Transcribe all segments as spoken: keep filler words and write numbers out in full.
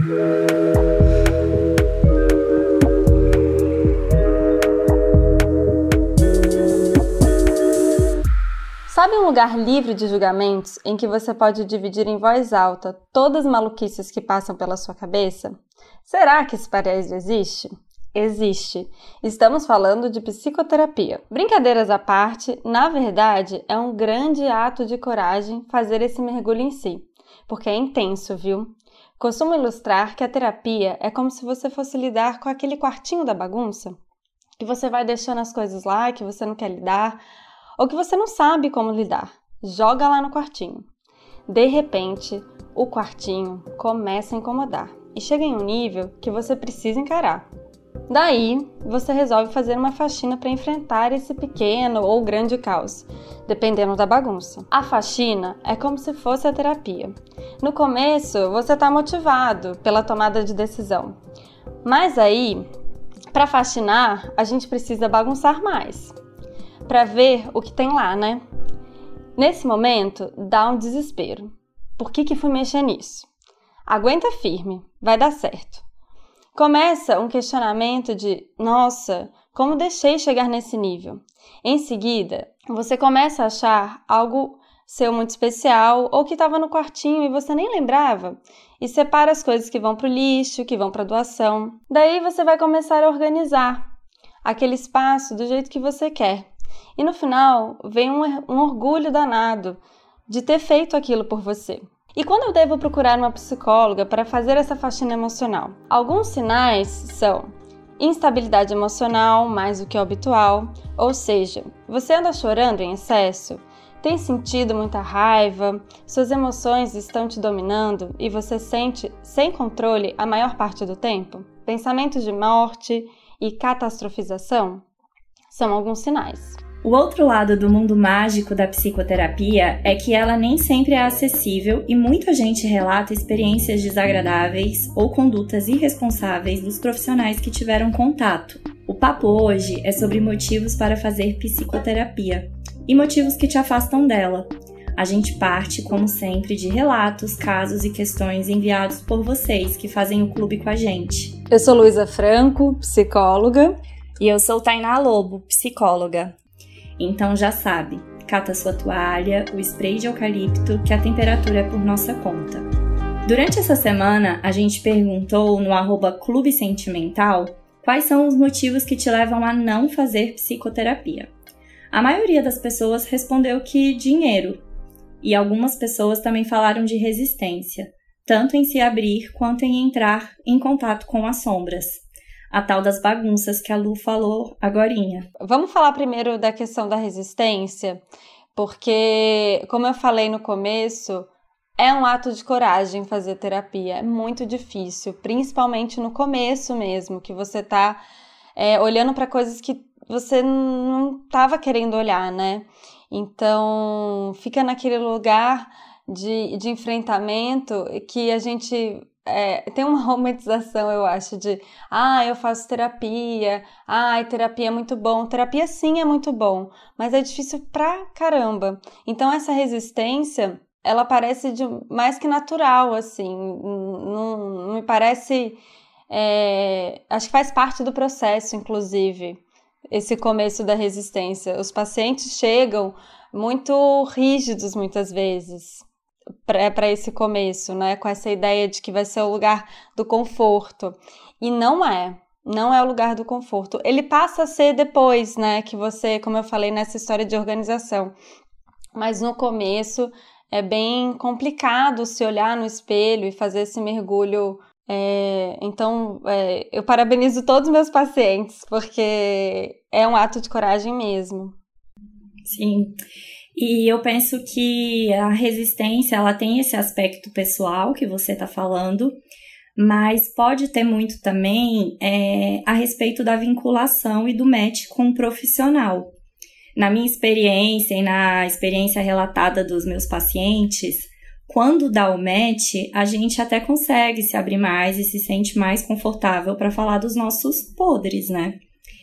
Sabe um lugar livre de julgamentos em que você pode dividir em voz alta todas as maluquices que passam pela sua cabeça? Será que esse paraíso existe? Existe. Estamos falando de psicoterapia. Brincadeiras à parte, na verdade, é um grande ato de coragem fazer esse mergulho em si, porque é intenso, viu? Costumo ilustrar que a terapia é como se você fosse lidar com aquele quartinho da bagunça, que você vai deixando as coisas lá que você não quer lidar, ou que você não sabe como lidar. Joga lá no quartinho. De repente, o quartinho começa a incomodar e chega em um nível que você precisa encarar. Daí, você resolve fazer uma faxina para enfrentar esse pequeno ou grande caos, dependendo da bagunça. A faxina é como se fosse a terapia. No começo, você está motivado pela tomada de decisão. Mas aí, para faxinar, a gente precisa bagunçar mais, para ver o que tem lá, né? Nesse momento, dá um desespero. Por que que fui mexer nisso? Aguenta firme, vai dar certo. Começa um questionamento de, nossa, como deixei chegar nesse nível? Em seguida, você começa a achar algo seu muito especial ou que estava no quartinho e você nem lembrava e separa as coisas que vão para o lixo, que vão para a doação. Daí você vai começar a organizar aquele espaço do jeito que você quer. E no final, vem um, um orgulho danado de ter feito aquilo por você. E quando eu devo procurar uma psicóloga para fazer essa faxina emocional? Alguns sinais são instabilidade emocional mais do que o habitual, ou seja, você anda chorando em excesso, tem sentido muita raiva, suas emoções estão te dominando e você sente sem controle a maior parte do tempo? Pensamentos de morte e catastrofização são alguns sinais. O outro lado do mundo mágico da psicoterapia é que ela nem sempre é acessível e muita gente relata experiências desagradáveis ou condutas irresponsáveis dos profissionais que tiveram contato. O papo hoje é sobre motivos para fazer psicoterapia e motivos que te afastam dela. A gente parte, como sempre, de relatos, casos e questões enviados por vocês que fazem o clube com a gente. Eu sou Luísa Franco, psicóloga. E eu sou Tainá Lobo, psicóloga. Então já sabe, cata sua toalha, o spray de eucalipto, que a temperatura é por nossa conta. Durante essa semana, a gente perguntou no arroba Clube Sentimental quais são os motivos que te levam a não fazer psicoterapia. A maioria das pessoas respondeu que dinheiro, e algumas pessoas também falaram de resistência, tanto em se abrir quanto em entrar em contato com as sombras. A tal das bagunças que a Lu falou agorinha. Vamos falar primeiro da questão da resistência, porque, como eu falei no começo, é um ato de coragem fazer terapia. É muito difícil, principalmente no começo mesmo, que você tá é, olhando para coisas que você não estava querendo olhar, né? Então, fica naquele lugar de, de enfrentamento que a gente... É, tem uma romantização, eu acho, de ah, eu faço terapia, ai, terapia é muito bom. Terapia sim é muito bom, mas é difícil pra caramba. Então essa resistência, ela parece de, mais que natural, assim, não, não me parece, é, acho que faz parte do processo, inclusive, esse começo da resistência. Os pacientes chegam muito rígidos muitas vezes para esse começo, né? Com essa ideia de que vai ser o lugar do conforto. E não é. Não é o lugar do conforto. Ele passa a ser depois, né? Que você, como eu falei nessa história de organização. Mas no começo é bem complicado se olhar no espelho e fazer esse mergulho. É, então, é, eu parabenizo todos os meus pacientes, porque é um ato de coragem mesmo. Sim. E eu penso que a resistência, ela tem esse aspecto pessoal que você está falando, mas pode ter muito também é, a respeito da vinculação e do match com o profissional. Na minha experiência e na experiência relatada dos meus pacientes, quando dá o match, a gente até consegue se abrir mais e se sente mais confortável para falar dos nossos podres, né?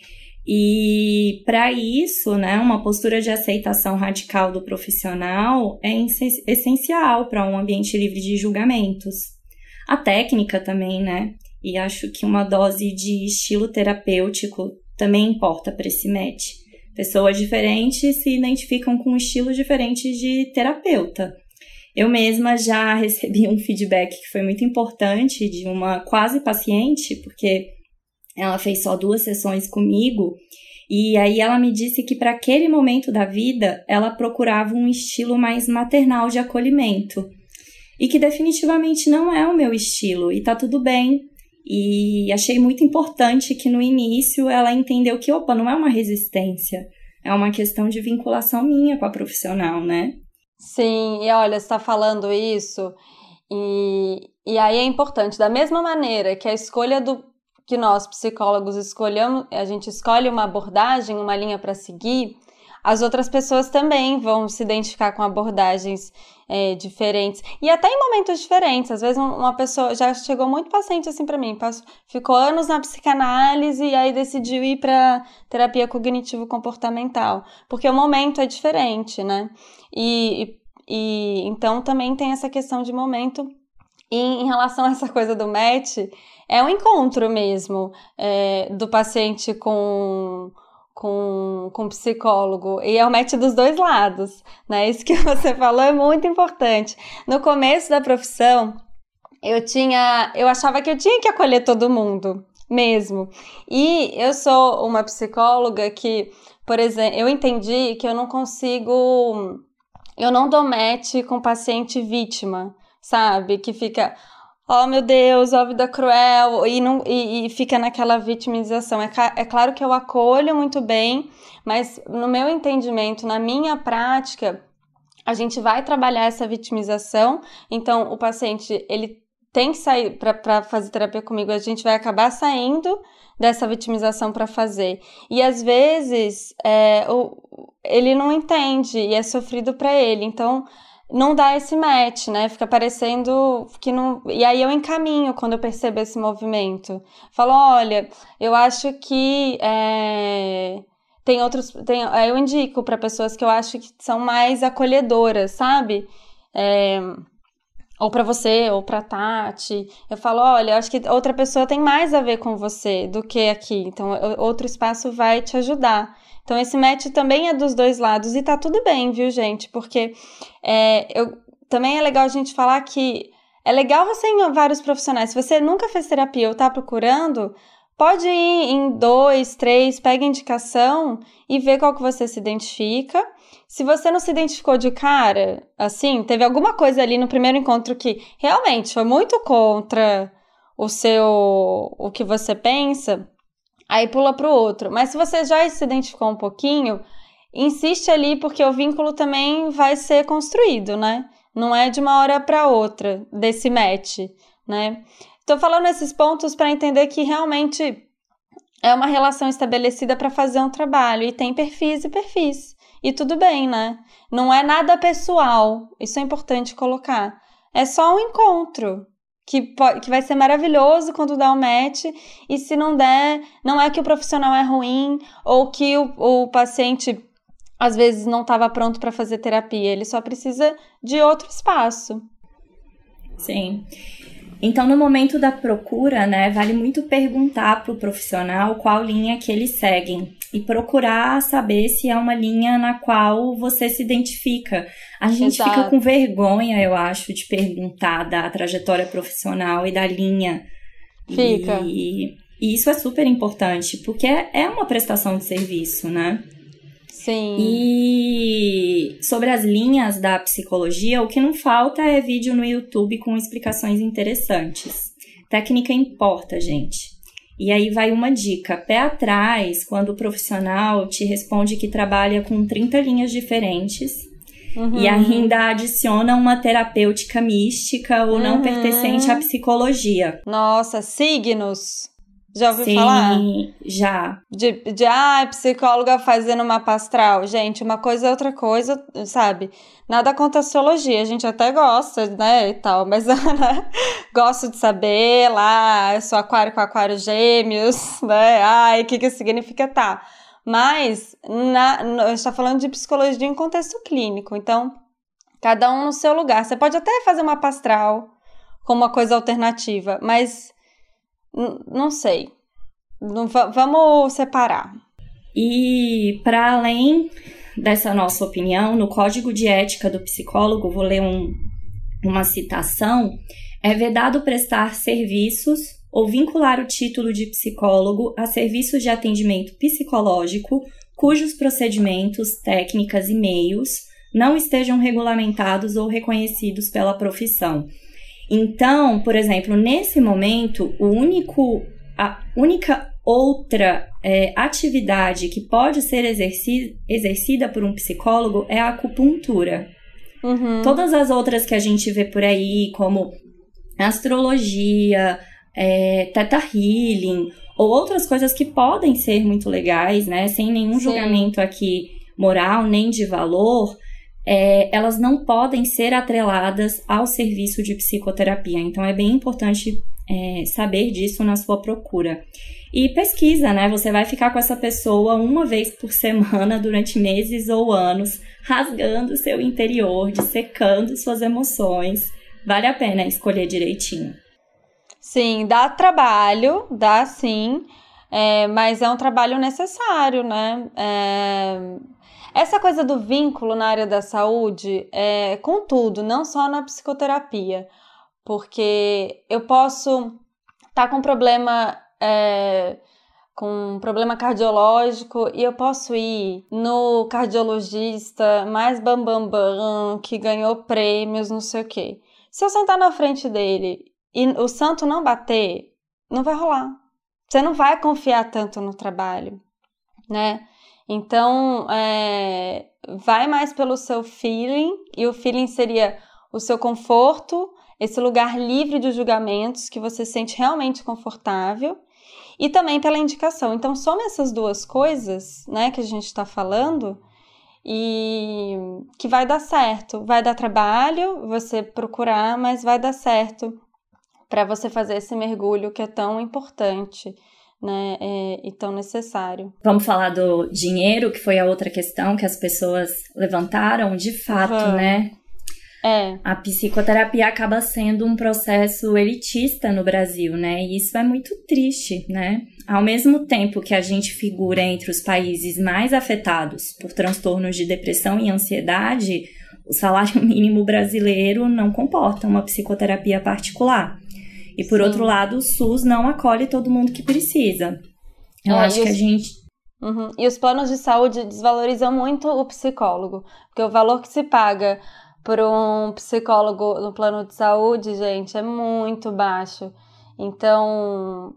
E para isso, né, uma postura de aceitação radical do profissional é essencial para um ambiente livre de julgamentos. a técnica também, né? E acho que uma dose de estilo terapêutico também importa para esse match. Pessoas diferentes se identificam com um estilo diferente de terapeuta. Eu mesma já recebi um feedback que foi muito importante de uma quase paciente, porque ela fez só duas sessões comigo, e aí ela me disse que para aquele momento da vida, ela procurava um estilo mais maternal de acolhimento, e que definitivamente não é o meu estilo, e tá tudo bem. E achei muito importante que no início ela entendeu que, opa, não é uma resistência, é uma questão de vinculação minha com a profissional, né? Sim, e olha, você está falando isso, e, e aí é importante, da mesma maneira que a escolha do que nós psicólogos escolhemos, a gente escolhe uma abordagem, uma linha para seguir, as outras pessoas também vão se identificar com abordagens é, diferentes, e até em momentos diferentes. Às vezes uma pessoa, já chegou muito paciente assim para mim, passou, ficou anos na psicanálise e aí decidiu ir para terapia cognitivo-comportamental, porque o momento é diferente, né? E, e então também tem essa questão de momento. E em relação a essa coisa do match, é um encontro mesmo é, do paciente com, com, com o psicólogo, e é o match dos dois lados, né? Isso que você falou é muito importante. No começo da profissão, eu tinha, eu achava que eu tinha que acolher todo mundo, mesmo. E eu sou uma psicóloga que, por exemplo, eu entendi que eu não consigo, eu não dou match com paciente vítima, sabe? Que fica, oh meu Deus, ó vida cruel, e, não, e, e fica naquela vitimização. É, é claro que eu acolho muito bem, mas no meu entendimento, na minha prática, a gente vai trabalhar essa vitimização. Então o paciente, ele tem que sair para fazer terapia comigo, a gente vai acabar saindo dessa vitimização para fazer. E às vezes é, o, ele não entende e é sofrido para ele, então não dá esse match, né? Fica parecendo que não... E aí eu encaminho quando eu percebo esse movimento. Falo, olha, eu acho que é... tem outros... Tem... Aí eu indico para pessoas que eu acho que são mais acolhedoras, sabe? É... Ou para você, ou para Tati. Eu falo, olha, eu acho que outra pessoa tem mais a ver com você do que aqui. Então, outro espaço vai te ajudar. Então, esse match também é dos dois lados. E tá tudo bem, viu, gente? Porque é, eu, também é legal a gente falar que é legal você ir em vários profissionais. Se você nunca fez terapia ou tá procurando, pode ir em dois, três, pega indicação e vê qual que você se identifica. Se você não se identificou de cara, assim, teve alguma coisa ali no primeiro encontro que realmente foi muito contra o seu, o que você pensa, aí pula pro outro. Mas se você já se identificou um pouquinho, insiste ali, porque o vínculo também vai ser construído, né? Não é de uma hora para outra desse match, né? Tô falando esses pontos para entender que realmente é uma relação estabelecida para fazer um trabalho, e tem perfis e perfis. E tudo bem, né? Não é nada pessoal, isso é importante colocar. É só um encontro, que, pode, que vai ser maravilhoso quando dá o match, e se não der, não é que o profissional é ruim, ou que o, o paciente, às vezes, não estava pronto para fazer terapia, ele só precisa de outro espaço. Sim. Então, no momento da procura, né, vale muito perguntar para o profissional qual linha que eles seguem e procurar saber se é uma linha na qual você se identifica. A gente Exato. Fica com vergonha, eu acho, de perguntar da trajetória profissional e da linha. Fica. E, e isso é super importante, porque é uma prestação de serviço, né? Sim. E sobre as linhas da psicologia, o que não falta é vídeo no YouTube com explicações interessantes. Técnica importa, gente. E aí vai uma dica, pé atrás, quando o profissional te responde que trabalha com trinta linhas diferentes, uhum. e ainda adiciona uma terapêutica mística ou uhum. não pertencente à psicologia. Nossa, signos! Já ouviu Sim, falar? Já. De, de, ah, psicóloga fazendo mapa astral. Gente, uma coisa é outra coisa, sabe? Nada contra a astrologia, a gente até gosta, né, e tal, mas né, gosto de saber lá, eu sou aquário com aquário gêmeos, né, ai, o que que significa tá. Mas, na, a gente tá falando de psicologia em contexto clínico, então, cada um no seu lugar. Você pode até fazer um mapa astral, como uma coisa alternativa, mas n- não sei. Não, va- vamos separar. E para além dessa nossa opinião, no Código de Ética do Psicólogo, vou ler um, uma citação, é vedado prestar serviços ou vincular o título de psicólogo a serviços de atendimento psicológico cujos procedimentos, técnicas e meios não estejam regulamentados ou reconhecidos pela profissão. Então, por exemplo, nesse momento, o único, a única outra é, atividade que pode ser exerci- exercida por um psicólogo é a acupuntura. Uhum. Todas as outras que a gente vê por aí, como astrologia, é, Theta Healing, ou outras coisas que podem ser muito legais, né, sem nenhum Sim. julgamento aqui moral nem de valor, é, elas não podem ser atreladas ao serviço de psicoterapia. Então, é bem importante é, saber disso na sua procura. E pesquisa, né? Você vai ficar com essa pessoa uma vez por semana durante meses ou anos, rasgando seu interior, dissecando suas emoções. Vale a pena escolher direitinho. Sim, dá trabalho, dá sim, é, mas é um trabalho necessário, né? É, essa coisa do vínculo na área da saúde, é, com tudo, não só na psicoterapia, porque eu posso estar com problema, é, com um problema cardiológico e eu posso ir no cardiologista mais bambambam, bam, bam, que ganhou prêmios, não sei o quê. Se eu sentar na frente dele e o santo não bater, não vai rolar. Você não vai confiar tanto no trabalho, né? Então, é, vai mais pelo seu feeling, e o feeling seria o seu conforto, esse lugar livre de julgamentos que você se sente realmente confortável, e também pela indicação. Então, some essas duas coisas, né, que a gente está falando, e que vai dar certo. Vai dar trabalho você procurar, mas vai dar certo para você fazer esse mergulho que é tão importante, né, é, e tão necessário. Vamos falar do dinheiro, que foi a outra questão que as pessoas levantaram, de fato, Vamos. né? É. A psicoterapia acaba sendo um processo elitista no Brasil, né? E isso é muito triste, né? Ao mesmo tempo que a gente figura entre os países mais afetados por transtornos de depressão e ansiedade, o salário mínimo brasileiro não comporta uma psicoterapia particular. E, por Sim. outro lado, o SUS não acolhe todo mundo que precisa. Eu É, acho e que os- a gente... Uhum. E os planos de saúde desvalorizam muito o psicólogo, porque o valor que se paga por um psicólogo no plano de saúde, gente, é muito baixo. Então,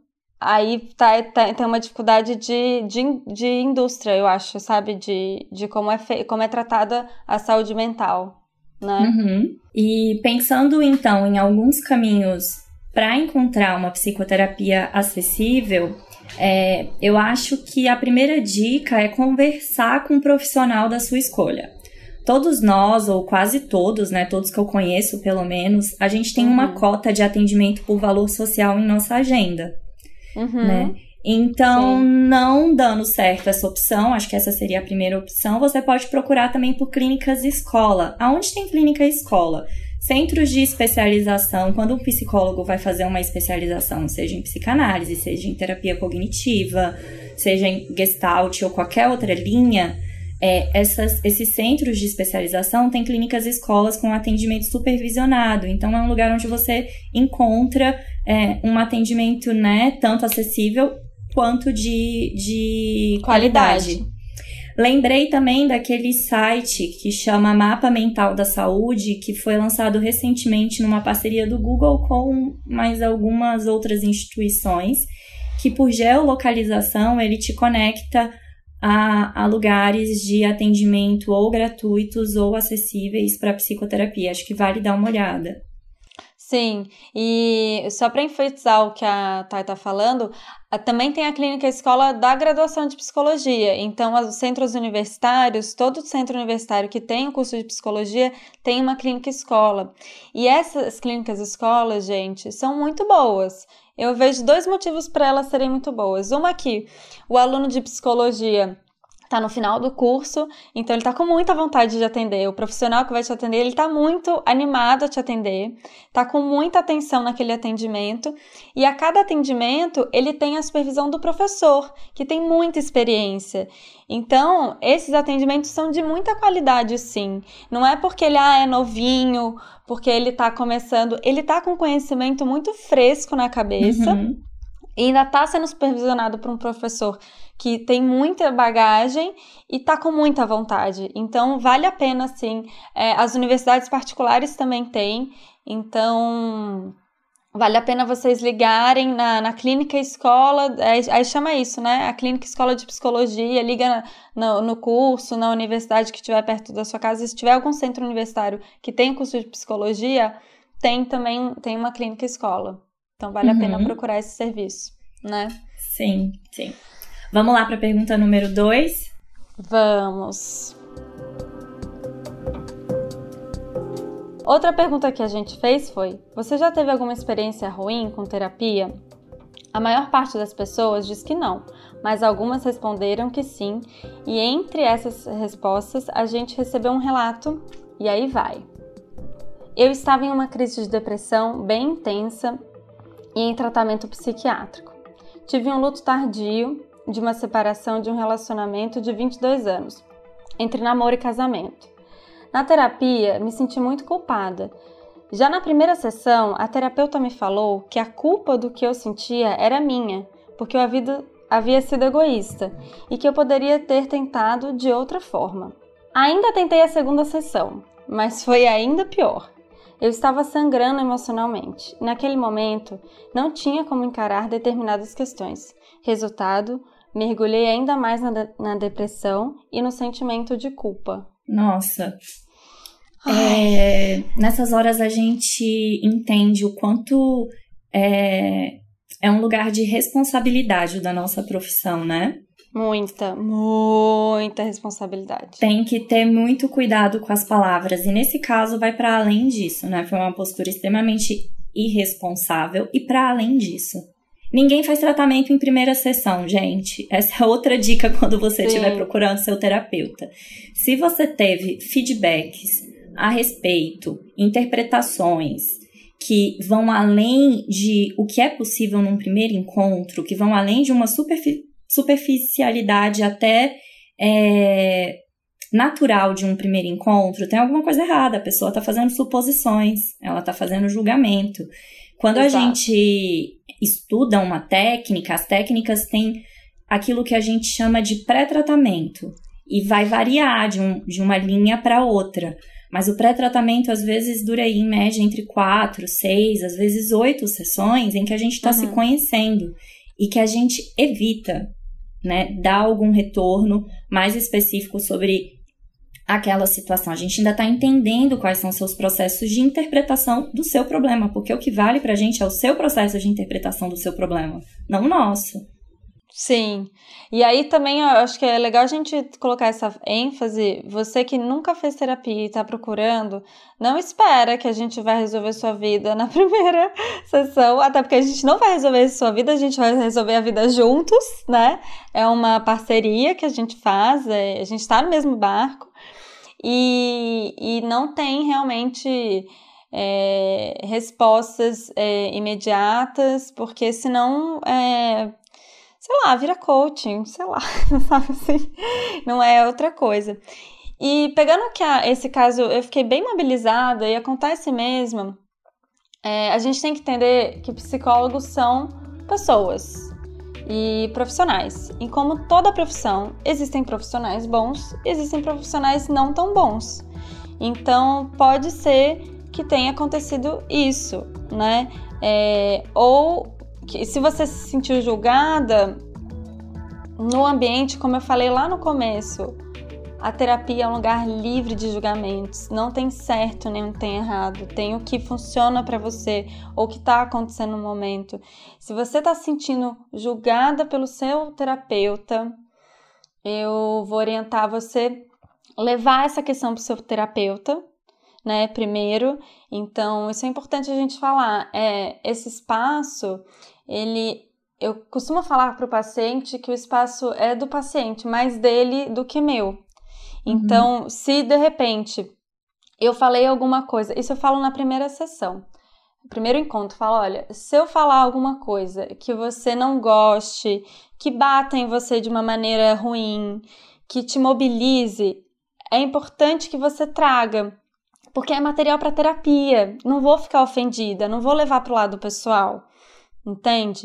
aí tá, tá- tem uma dificuldade de, de, de indústria, eu acho, sabe? De, de como é, fe, como é tratada a saúde mental, né? Uhum. E pensando, então, em alguns caminhos para encontrar uma psicoterapia acessível, é, eu acho que a primeira dica é conversar com um profissional da sua escolha. Todos nós, ou quase todos, né, todos que eu conheço pelo menos, a gente tem Uhum. uma cota de atendimento por valor social em nossa agenda, Uhum. né? Então, Sim. não dando certo essa opção, acho que essa seria a primeira opção, você pode procurar também por clínicas escola. Aonde tem clínica escola? Centros de especialização, quando um psicólogo vai fazer uma especialização, seja em psicanálise, seja em terapia cognitiva, seja em Gestalt ou qualquer outra linha, é, essas, esses centros de especialização têm clínicas escolas com atendimento supervisionado. Então, é um lugar onde você encontra é, um atendimento, né, tanto acessível quanto de, de qualidade. Qualidade. Lembrei também daquele site que chama Mapa Mental da Saúde, que foi lançado recentemente numa parceria do Google com mais algumas outras instituições, que por geolocalização ele te conecta a, a lugares de atendimento ou gratuitos ou acessíveis para psicoterapia. Acho que vale dar uma olhada. Sim, e só para enfatizar o que a Thay está falando, também tem a clínica escola da graduação de psicologia. Então, os centros universitários, todo centro universitário que tem o curso de psicologia tem uma clínica escola. E essas clínicas escolas, gente, são muito boas. Eu vejo dois motivos para elas serem muito boas. Uma que o aluno de psicologia tá no final do curso, então ele tá com muita vontade de atender. O profissional que vai te atender, ele tá muito animado a te atender, tá com muita atenção naquele atendimento, e a cada atendimento ele tem a supervisão do professor, que tem muita experiência. Então, esses atendimentos são de muita qualidade, sim. Não é porque ele ah, é novinho, porque ele tá começando, ele tá com conhecimento muito fresco na cabeça, Uhum. e ainda está sendo supervisionado por um professor que tem muita bagagem e está com muita vontade. Então, vale a pena, sim. É, as universidades particulares também têm. Então, vale a pena vocês ligarem na, na clínica escola. Aí, aí chama isso, né? A clínica escola de psicologia. Liga no, no curso, na universidade que estiver perto da sua casa. Se tiver algum centro universitário que tem curso de psicologia, tem também tem uma clínica escola. Então, vale Uhum. a pena procurar esse serviço, né? Sim, sim. Vamos lá para a pergunta número dois? Vamos. Outra pergunta que a gente fez foi: você já teve alguma experiência ruim com terapia? A maior parte das pessoas diz que não, mas algumas responderam que sim, e entre essas respostas a gente recebeu um relato, e aí vai. Eu estava em uma crise de depressão bem intensa e em tratamento psiquiátrico. Tive um luto tardio de uma separação de um relacionamento de vinte e dois anos, entre namoro e casamento. Na terapia, me senti muito culpada. Já na primeira sessão, a terapeuta me falou que a culpa do que eu sentia era minha, porque eu havia, havia sido egoísta e que eu poderia ter tentado de outra forma. Ainda tentei a segunda sessão, mas foi ainda pior. Eu estava sangrando emocionalmente. Naquele momento, não tinha como encarar determinadas questões. Resultado, mergulhei ainda mais na, de- na depressão e no sentimento de culpa. Nossa. É, nessas horas a gente entende o quanto é, é um lugar de responsabilidade da nossa profissão, né? Muita, muita responsabilidade. Tem que ter muito cuidado com as palavras. E nesse caso vai para além disso, né? Foi uma postura extremamente irresponsável. E para além disso, ninguém faz tratamento em primeira sessão, gente. Essa é outra dica quando você Sim. estiver procurando seu terapeuta. Se você teve feedbacks a respeito, interpretações que vão além de o que é possível num primeiro encontro, que vão além de uma superfi- superficialidade até é, natural de um primeiro encontro, tem alguma coisa errada. A pessoa está fazendo suposições, ela está fazendo julgamento. Quando Exato. a gente estuda uma técnica, as técnicas têm aquilo que a gente chama de pré-tratamento e vai variar de, um, de uma linha para outra. Mas o pré-tratamento, às vezes, dura aí, em média, entre quatro, seis, às vezes oito sessões em que a gente está Uhum. se conhecendo e que a gente evita, né, dar algum retorno mais específico sobre aquela situação. A gente ainda está entendendo quais são seus processos de interpretação do seu problema, porque o que vale para a gente é o seu processo de interpretação do seu problema, não o nosso. Sim. E aí também eu acho que é legal a gente colocar essa ênfase. Você que nunca fez terapia e está procurando, não espera que a gente vai resolver sua vida na primeira sessão, até porque a gente não vai resolver a sua vida, a gente vai resolver a vida juntos, né? É uma parceria que a gente faz, é, a gente está no mesmo barco e, e não tem realmente é, respostas é, imediatas, porque senão... É, sei lá, vira coaching, sei lá, sabe assim? Não é outra coisa. E pegando que a, esse caso, eu fiquei bem mobilizada e acontece mesmo, é, a gente tem que entender que psicólogos são pessoas e profissionais. E como toda profissão, existem profissionais bons, existem profissionais não tão bons. Então, pode ser que tenha acontecido isso, né? É, ou... que se você se sentiu julgada no ambiente, como eu falei lá no começo, a terapia é um lugar livre de julgamentos, não tem certo nem tem errado, tem o que funciona para você ou o que está acontecendo no momento. Se você está se sentindo julgada pelo seu terapeuta, eu vou orientar você a levar essa questão para o seu terapeuta, né, primeiro. Então, isso é importante a gente falar. É, esse espaço, ele, eu costumo falar para o paciente que o espaço é do paciente, mais dele do que meu. Então, uhum. se de repente eu falei alguma coisa, isso eu falo na primeira sessão, primeiro encontro, falo, olha, se eu falar alguma coisa que você não goste, que bata em você de uma maneira ruim, que te mobilize, é importante que você traga, porque é material para terapia, não vou ficar ofendida, não vou levar para o lado pessoal, entende?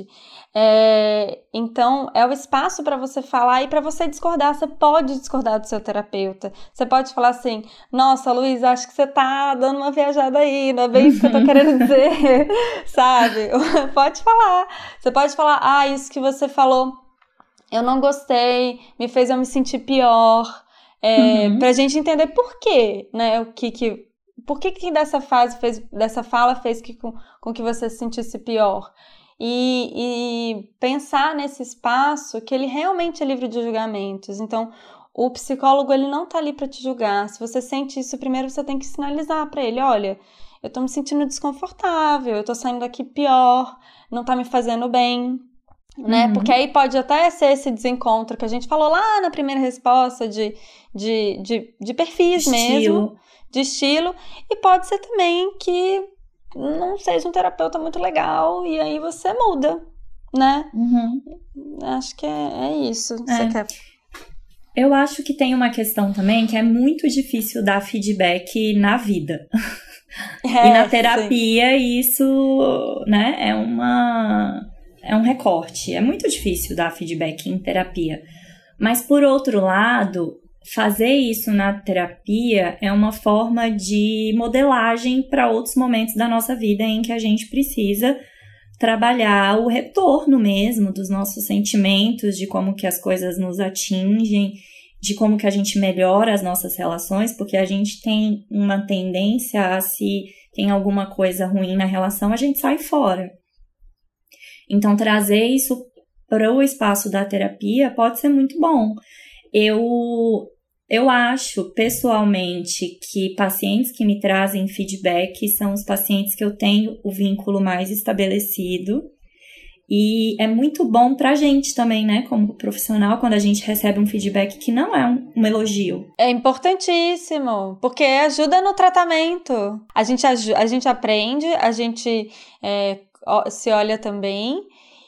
É, então, é o espaço para você falar e para você discordar. Você pode discordar do seu terapeuta. Você pode falar assim, nossa, Luiz, acho que você tá dando uma viajada aí, não é bem isso que eu tô querendo dizer, sabe? Pode falar. Você pode falar, ah, isso que você falou, eu não gostei, me fez eu me sentir pior. É, uhum. Pra gente entender por quê, né? O que que, por que que dessa fase fez, dessa fala fez que, com, com que você se sentisse pior. E, e pensar nesse espaço que ele realmente é livre de julgamentos. Então, o psicólogo, ele não tá ali para te julgar. Se você sente isso, primeiro você tem que sinalizar para ele, olha, eu tô me sentindo desconfortável, eu tô saindo daqui pior, não tá me fazendo bem, né? Uhum. Porque aí pode até ser esse desencontro que a gente falou lá na primeira resposta de, de, de, de perfis estilo. mesmo, de estilo, e pode ser também que não seja um terapeuta muito legal, e aí você muda, né? Uhum. Acho que é, é isso. É. Você quer... Eu acho que tem uma questão também que é muito difícil dar feedback na vida. É, e na terapia sim. isso, né, é uma... é um recorte. É muito difícil dar feedback em terapia. Mas, por outro lado, fazer isso na terapia é uma forma de modelagem para outros momentos da nossa vida em que a gente precisa trabalhar o retorno mesmo dos nossos sentimentos, de como que as coisas nos atingem, de como que a gente melhora as nossas relações, porque a gente tem uma tendência a, se tem alguma coisa ruim na relação, a gente sai fora. Então, trazer isso para o espaço da terapia pode ser muito bom. Eu, eu acho, pessoalmente, que pacientes que me trazem feedback são os pacientes que eu tenho o vínculo mais estabelecido. E é muito bom pra gente também, né, como profissional, quando a gente recebe um feedback que não é um, um elogio. É importantíssimo, porque ajuda no tratamento. A gente, a gente aprende, a gente é, se olha também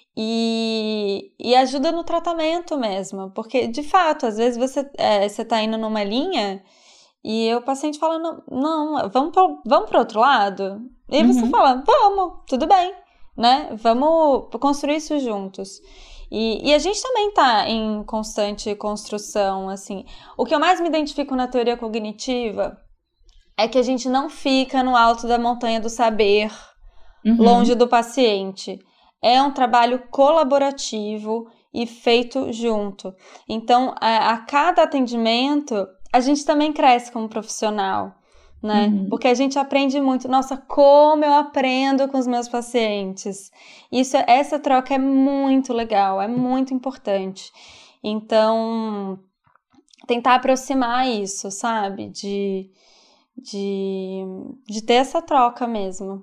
e, e ajuda no tratamento mesmo. Porque, de fato, às vezes você, é, você tá indo numa linha e o paciente fala, não, não vamos pro, vamos pro outro lado? E uhum. você fala, vamos, tudo bem. Né? Vamos construir isso juntos. E, e a gente também está em constante construção, assim. O que eu mais me identifico na teoria cognitiva é que a gente não fica no alto da montanha do saber, uhum. longe do paciente. É um trabalho colaborativo e feito junto. Então, a, a cada atendimento, a gente também cresce como profissional. Né? Uhum. Porque a gente aprende muito. Nossa, como eu aprendo com os meus pacientes. Isso, essa troca é muito legal, é muito importante. Então, tentar aproximar isso, sabe? De, de, de ter essa troca mesmo.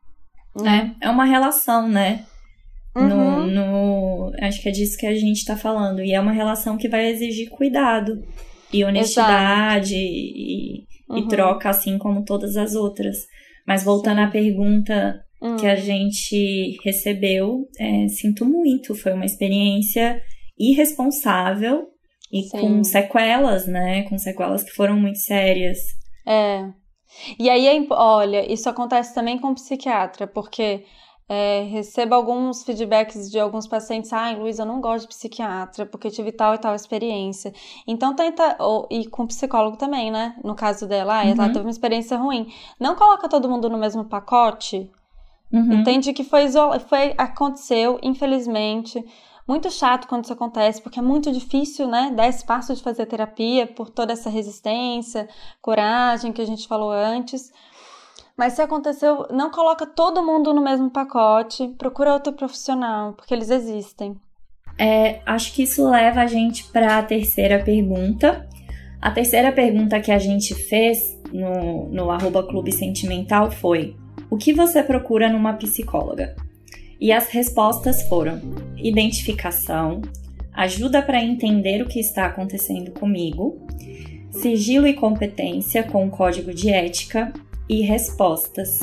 É, é uma relação, né? Uhum. No, no, acho que é disso que a gente tá falando. E é uma relação que vai exigir cuidado e honestidade. Exato. e Uhum. e troca, assim como todas as outras. Mas voltando Sim. à pergunta uhum. que a gente recebeu, é, sinto muito, foi uma experiência irresponsável e Sim. com sequelas, né? Com sequelas que foram muito sérias. É. E aí, olha, isso acontece também com o psiquiatra, porque é, recebo alguns feedbacks de alguns pacientes, ai, Luiz, eu não gosto de psiquiatra, porque tive tal e tal experiência. Então tenta, ou, e com psicólogo também, né? No caso dela, ah, uhum. ela teve uma experiência ruim. Não coloca todo mundo no mesmo pacote. Uhum. Entende que foi, foi, aconteceu, infelizmente, muito chato quando isso acontece, porque é muito difícil, né? Dar espaço de fazer terapia por toda essa resistência, coragem que a gente falou antes. Mas se aconteceu, não coloca todo mundo no mesmo pacote, procura outro profissional, porque eles existem. É, acho que isso leva a gente para a terceira pergunta. A terceira pergunta que a gente fez no, no arroba Clube Sentimental foi: o que você procura numa psicóloga? E as respostas foram: identificação, ajuda para entender o que está acontecendo comigo, sigilo e competência com código de ética e respostas.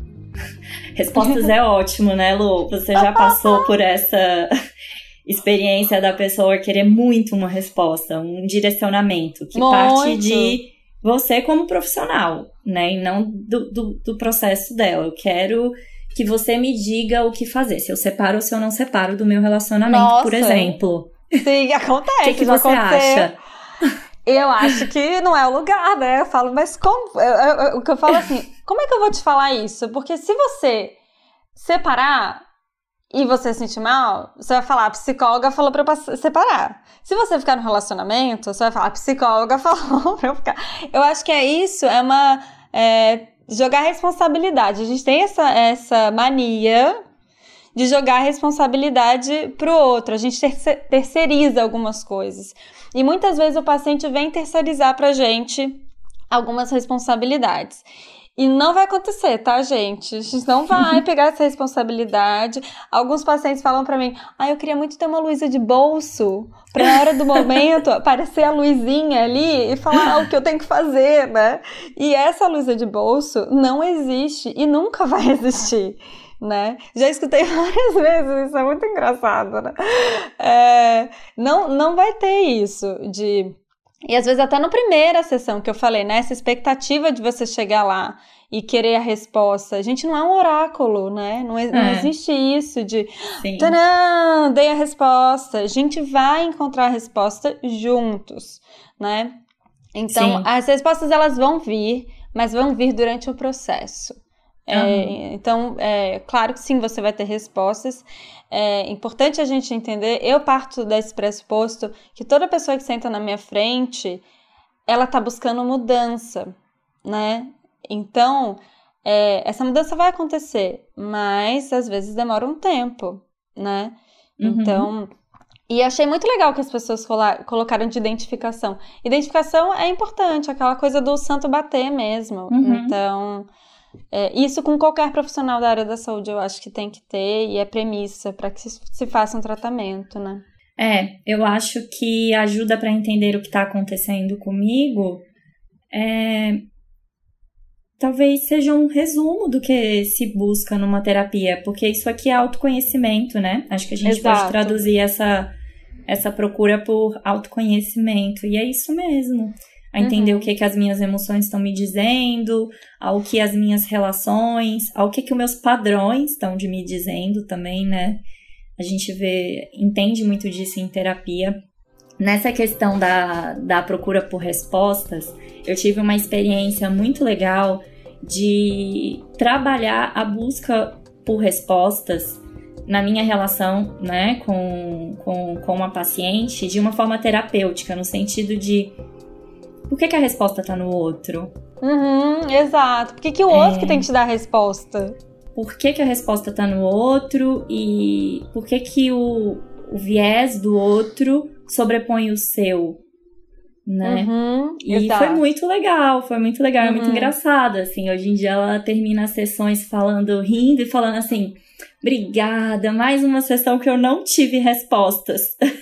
Respostas é ótimo, né, Lu? Você já passou por essa experiência da pessoa querer muito uma resposta, um direcionamento que muito. parte de você como profissional, né? E não do, do, do processo dela. Eu quero que você me diga o que fazer, se eu separo ou se eu não separo do meu relacionamento, Nossa. por exemplo. Sim, acontece. O que, que você acontecer. acha? Eu acho que não é o lugar, né? Eu falo, mas como? Eu, eu, o que eu falo assim, como é que eu vou te falar isso? Porque se você separar e você se sentir mal, você vai falar, a psicóloga falou pra eu separar. Se você ficar no relacionamento, você vai falar, a psicóloga falou pra eu ficar. Eu acho que é isso, é uma... É, jogar responsabilidade. A gente tem essa, essa mania de jogar responsabilidade pro outro. A gente terceiriza algumas coisas. E muitas vezes o paciente vem terceirizar pra gente algumas responsabilidades. E não vai acontecer, tá, gente? A gente não vai pegar essa responsabilidade. Alguns pacientes falam pra mim, ah, eu queria muito ter uma luzinha de bolso pra na hora do momento aparecer a luzinha ali e falar ah, o que eu tenho que fazer, né? E essa luzinha de bolso não existe e nunca vai existir, né? Já escutei várias vezes, isso é muito engraçado, né? É, não, não vai ter isso de... E às vezes até na primeira sessão que eu falei, né? Essa expectativa de você chegar lá e querer a resposta. A gente não é um oráculo, né? Não, é, não é. existe isso de... Tadã, dei a resposta. A gente vai encontrar a resposta juntos, né? Então, Sim. as respostas elas vão vir, mas vão vir durante o processo. Uhum. É, então, é claro que sim, você vai ter respostas. É importante a gente entender, eu parto desse pressuposto que toda pessoa que senta na minha frente, ela tá buscando mudança, né? Então, é, essa mudança vai acontecer, mas às vezes demora um tempo, né? Uhum. Então, e achei muito legal que as pessoas colocaram de identificação. Identificação é importante, aquela coisa do santo bater mesmo. Uhum. Então... É, isso com qualquer profissional da área da saúde eu acho que tem que ter e é premissa para que se faça um tratamento, né? É, eu acho que ajuda para entender o que está acontecendo comigo é, talvez seja um resumo do que se busca numa terapia, porque isso aqui é autoconhecimento, né? Acho que a gente Exato. Pode traduzir essa, essa procura por autoconhecimento e é isso mesmo. A entender uhum. o que, que as minhas emoções estão me dizendo, ao que as minhas relações, ao que, que os meus padrões estão de me dizendo também, né? A gente vê, entende muito disso em terapia. Nessa questão da, da procura por respostas, eu tive uma experiência muito legal de trabalhar a busca por respostas na minha relação, né, com, com, com uma paciente de uma forma terapêutica, no sentido de por que, que a resposta tá no outro? Uhum, exato. Por que, que o é... outro que tem que te dar a resposta? Por que, que a resposta tá no outro e por que, que o, o viés do outro sobrepõe o seu, né? Uhum, e exato. Foi muito legal, foi muito legal, uhum. é muito engraçado, assim. Hoje em dia ela termina as sessões falando, rindo e falando assim... Obrigada, mais uma sessão que eu não tive respostas.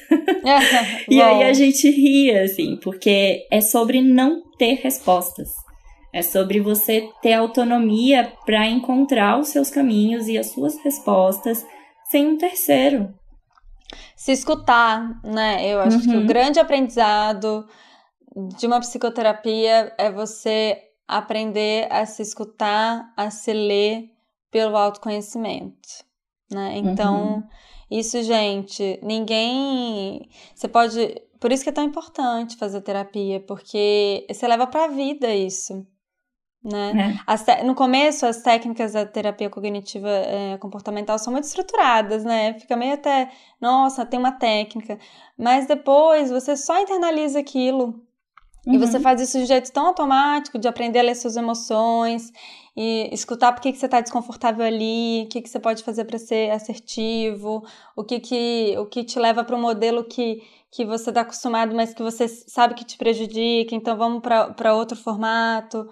E aí a gente ria, assim, porque é sobre não ter respostas. É sobre você ter autonomia para encontrar os seus caminhos e as suas respostas sem um terceiro. Se escutar, né? Eu acho uhum. que o grande aprendizado de uma psicoterapia é você aprender a se escutar, a se ler pelo autoconhecimento. Né? Então, uhum. isso, gente, ninguém... Você pode... Por isso que é tão importante fazer terapia, porque você leva pra vida isso, né? É. As te... No começo, as técnicas da terapia cognitiva é, comportamental são muito estruturadas, né? Fica meio até... Nossa, tem uma técnica. Mas depois, você só internaliza aquilo. Uhum. E você faz isso de um jeito tão automático, de aprender a ler suas emoções... E escutar por que, que você está desconfortável ali, o que, que você pode fazer para ser assertivo, o que, que, o que te leva para um modelo que, que você está acostumado, mas que você sabe que te prejudica, então vamos para outro formato.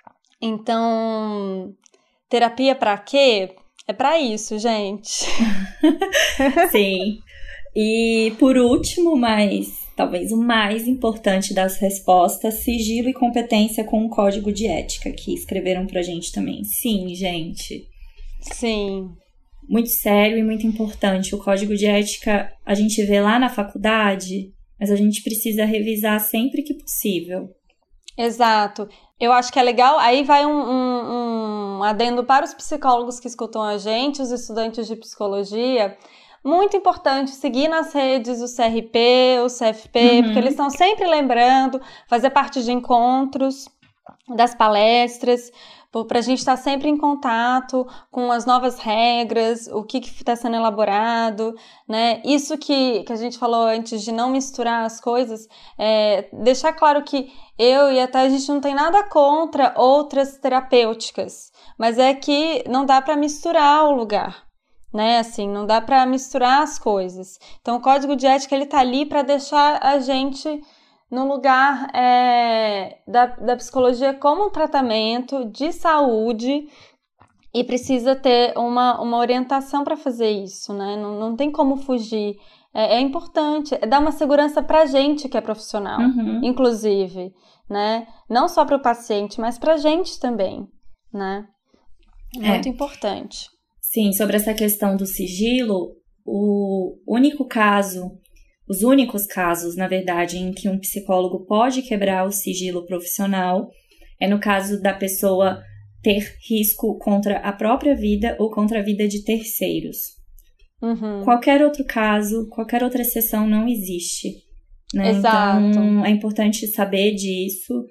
Então, terapia para quê? É para isso, gente. Sim. E por último, mas talvez o mais importante das respostas, sigilo e competência com um código de ética, que escreveram pra gente também. Sim, gente. Sim. Muito sério e muito importante. O código de ética a gente vê lá na faculdade, mas a gente precisa revisar sempre que possível. Exato. Eu acho que é legal. Aí vai um, um, um adendo para os psicólogos que escutam a gente, os estudantes de psicologia. Muito importante seguir nas redes o C R P, o C F P, uhum. porque eles estão sempre lembrando, fazer parte de encontros, das palestras, para a gente estar sempre em contato com as novas regras, o que está sendo elaborado, né? Isso que, que a gente falou antes de não misturar as coisas, é, deixar claro que eu e até a gente não tem nada contra outras terapêuticas, mas é que não dá para misturar o lugar. Né, assim, não dá para misturar as coisas. Então, o código de ética, ele tá ali para deixar a gente no lugar é, da, da psicologia como um tratamento de saúde e precisa ter uma, uma orientação para fazer isso, né? Não, não tem como fugir. É, é importante, é dar uma segurança pra gente que é profissional, uhum. inclusive, né? Não só para o paciente, mas pra gente também, né? Muito é. importante. Sim, sobre essa questão do sigilo, o único caso, os únicos casos, na verdade, em que um psicólogo pode quebrar o sigilo profissional é no caso da pessoa ter risco contra a própria vida ou contra a vida de terceiros. Uhum. Qualquer outro caso, qualquer outra exceção não existe. Né? Exato. Então, é importante saber disso,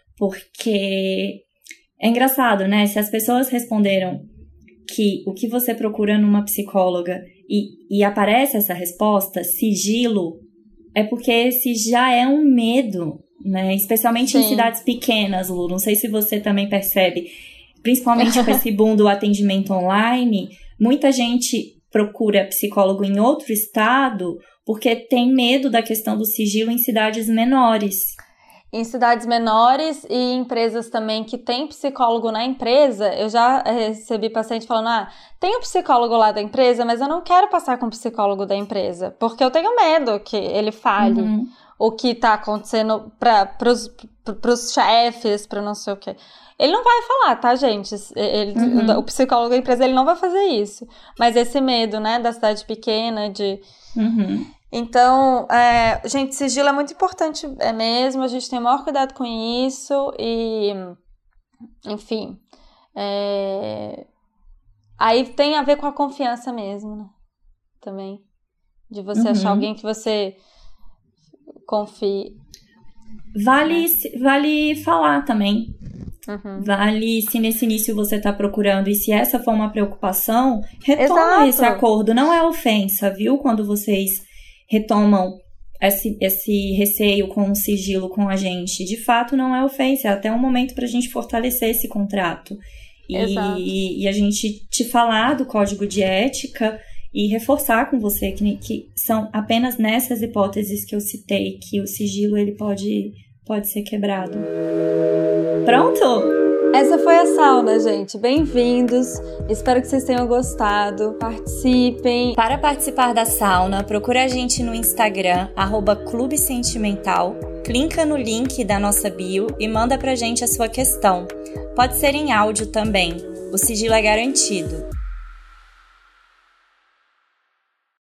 porque é engraçado, né? Se as pessoas responderam que o que você procura numa psicóloga e, e aparece essa resposta, sigilo, é porque esse já é um medo, né? Especialmente Sim. em cidades pequenas, Lu. Não sei se você também percebe, principalmente com esse boom do atendimento online, muita gente procura psicólogo em outro estado porque tem medo da questão do sigilo em cidades menores. Em cidades menores e empresas também que tem psicólogo na empresa, eu já recebi paciente falando, ah, tem um psicólogo lá da empresa, mas eu não quero passar com o psicólogo da empresa, porque eu tenho medo que ele fale uhum. o que está acontecendo para os chefes, para não sei o quê. Ele não vai falar, tá, gente? Ele, uhum. O psicólogo da empresa, ele não vai fazer isso. Mas esse medo, né, da cidade pequena, de... Uhum. Então, é, gente, sigilo é muito importante, é mesmo, a gente tem o maior cuidado com isso e, enfim, é, aí tem a ver com a confiança mesmo, né, também, de você uhum. achar alguém que você confie. Vale, vale falar também, uhum. vale se nesse início você está procurando e se essa for uma preocupação, retoma Exato. Esse acordo, não é ofensa, viu, quando vocês retomam esse, esse receio com o sigilo com a gente. De fato, não é ofensa, é até um momento para a gente fortalecer esse contrato. E, e a gente te falar do código de ética e reforçar com você que, que são apenas nessas hipóteses que eu citei que o sigilo ele pode, pode ser quebrado. Pronto? Essa foi a sauna, gente. Bem-vindos. Espero que vocês tenham gostado. Participem. Para participar da sauna, procura a gente no Instagram, arroba Clube Sentimental. Clica no link da nossa bio e manda pra gente a sua questão. Pode ser em áudio também. O sigilo é garantido.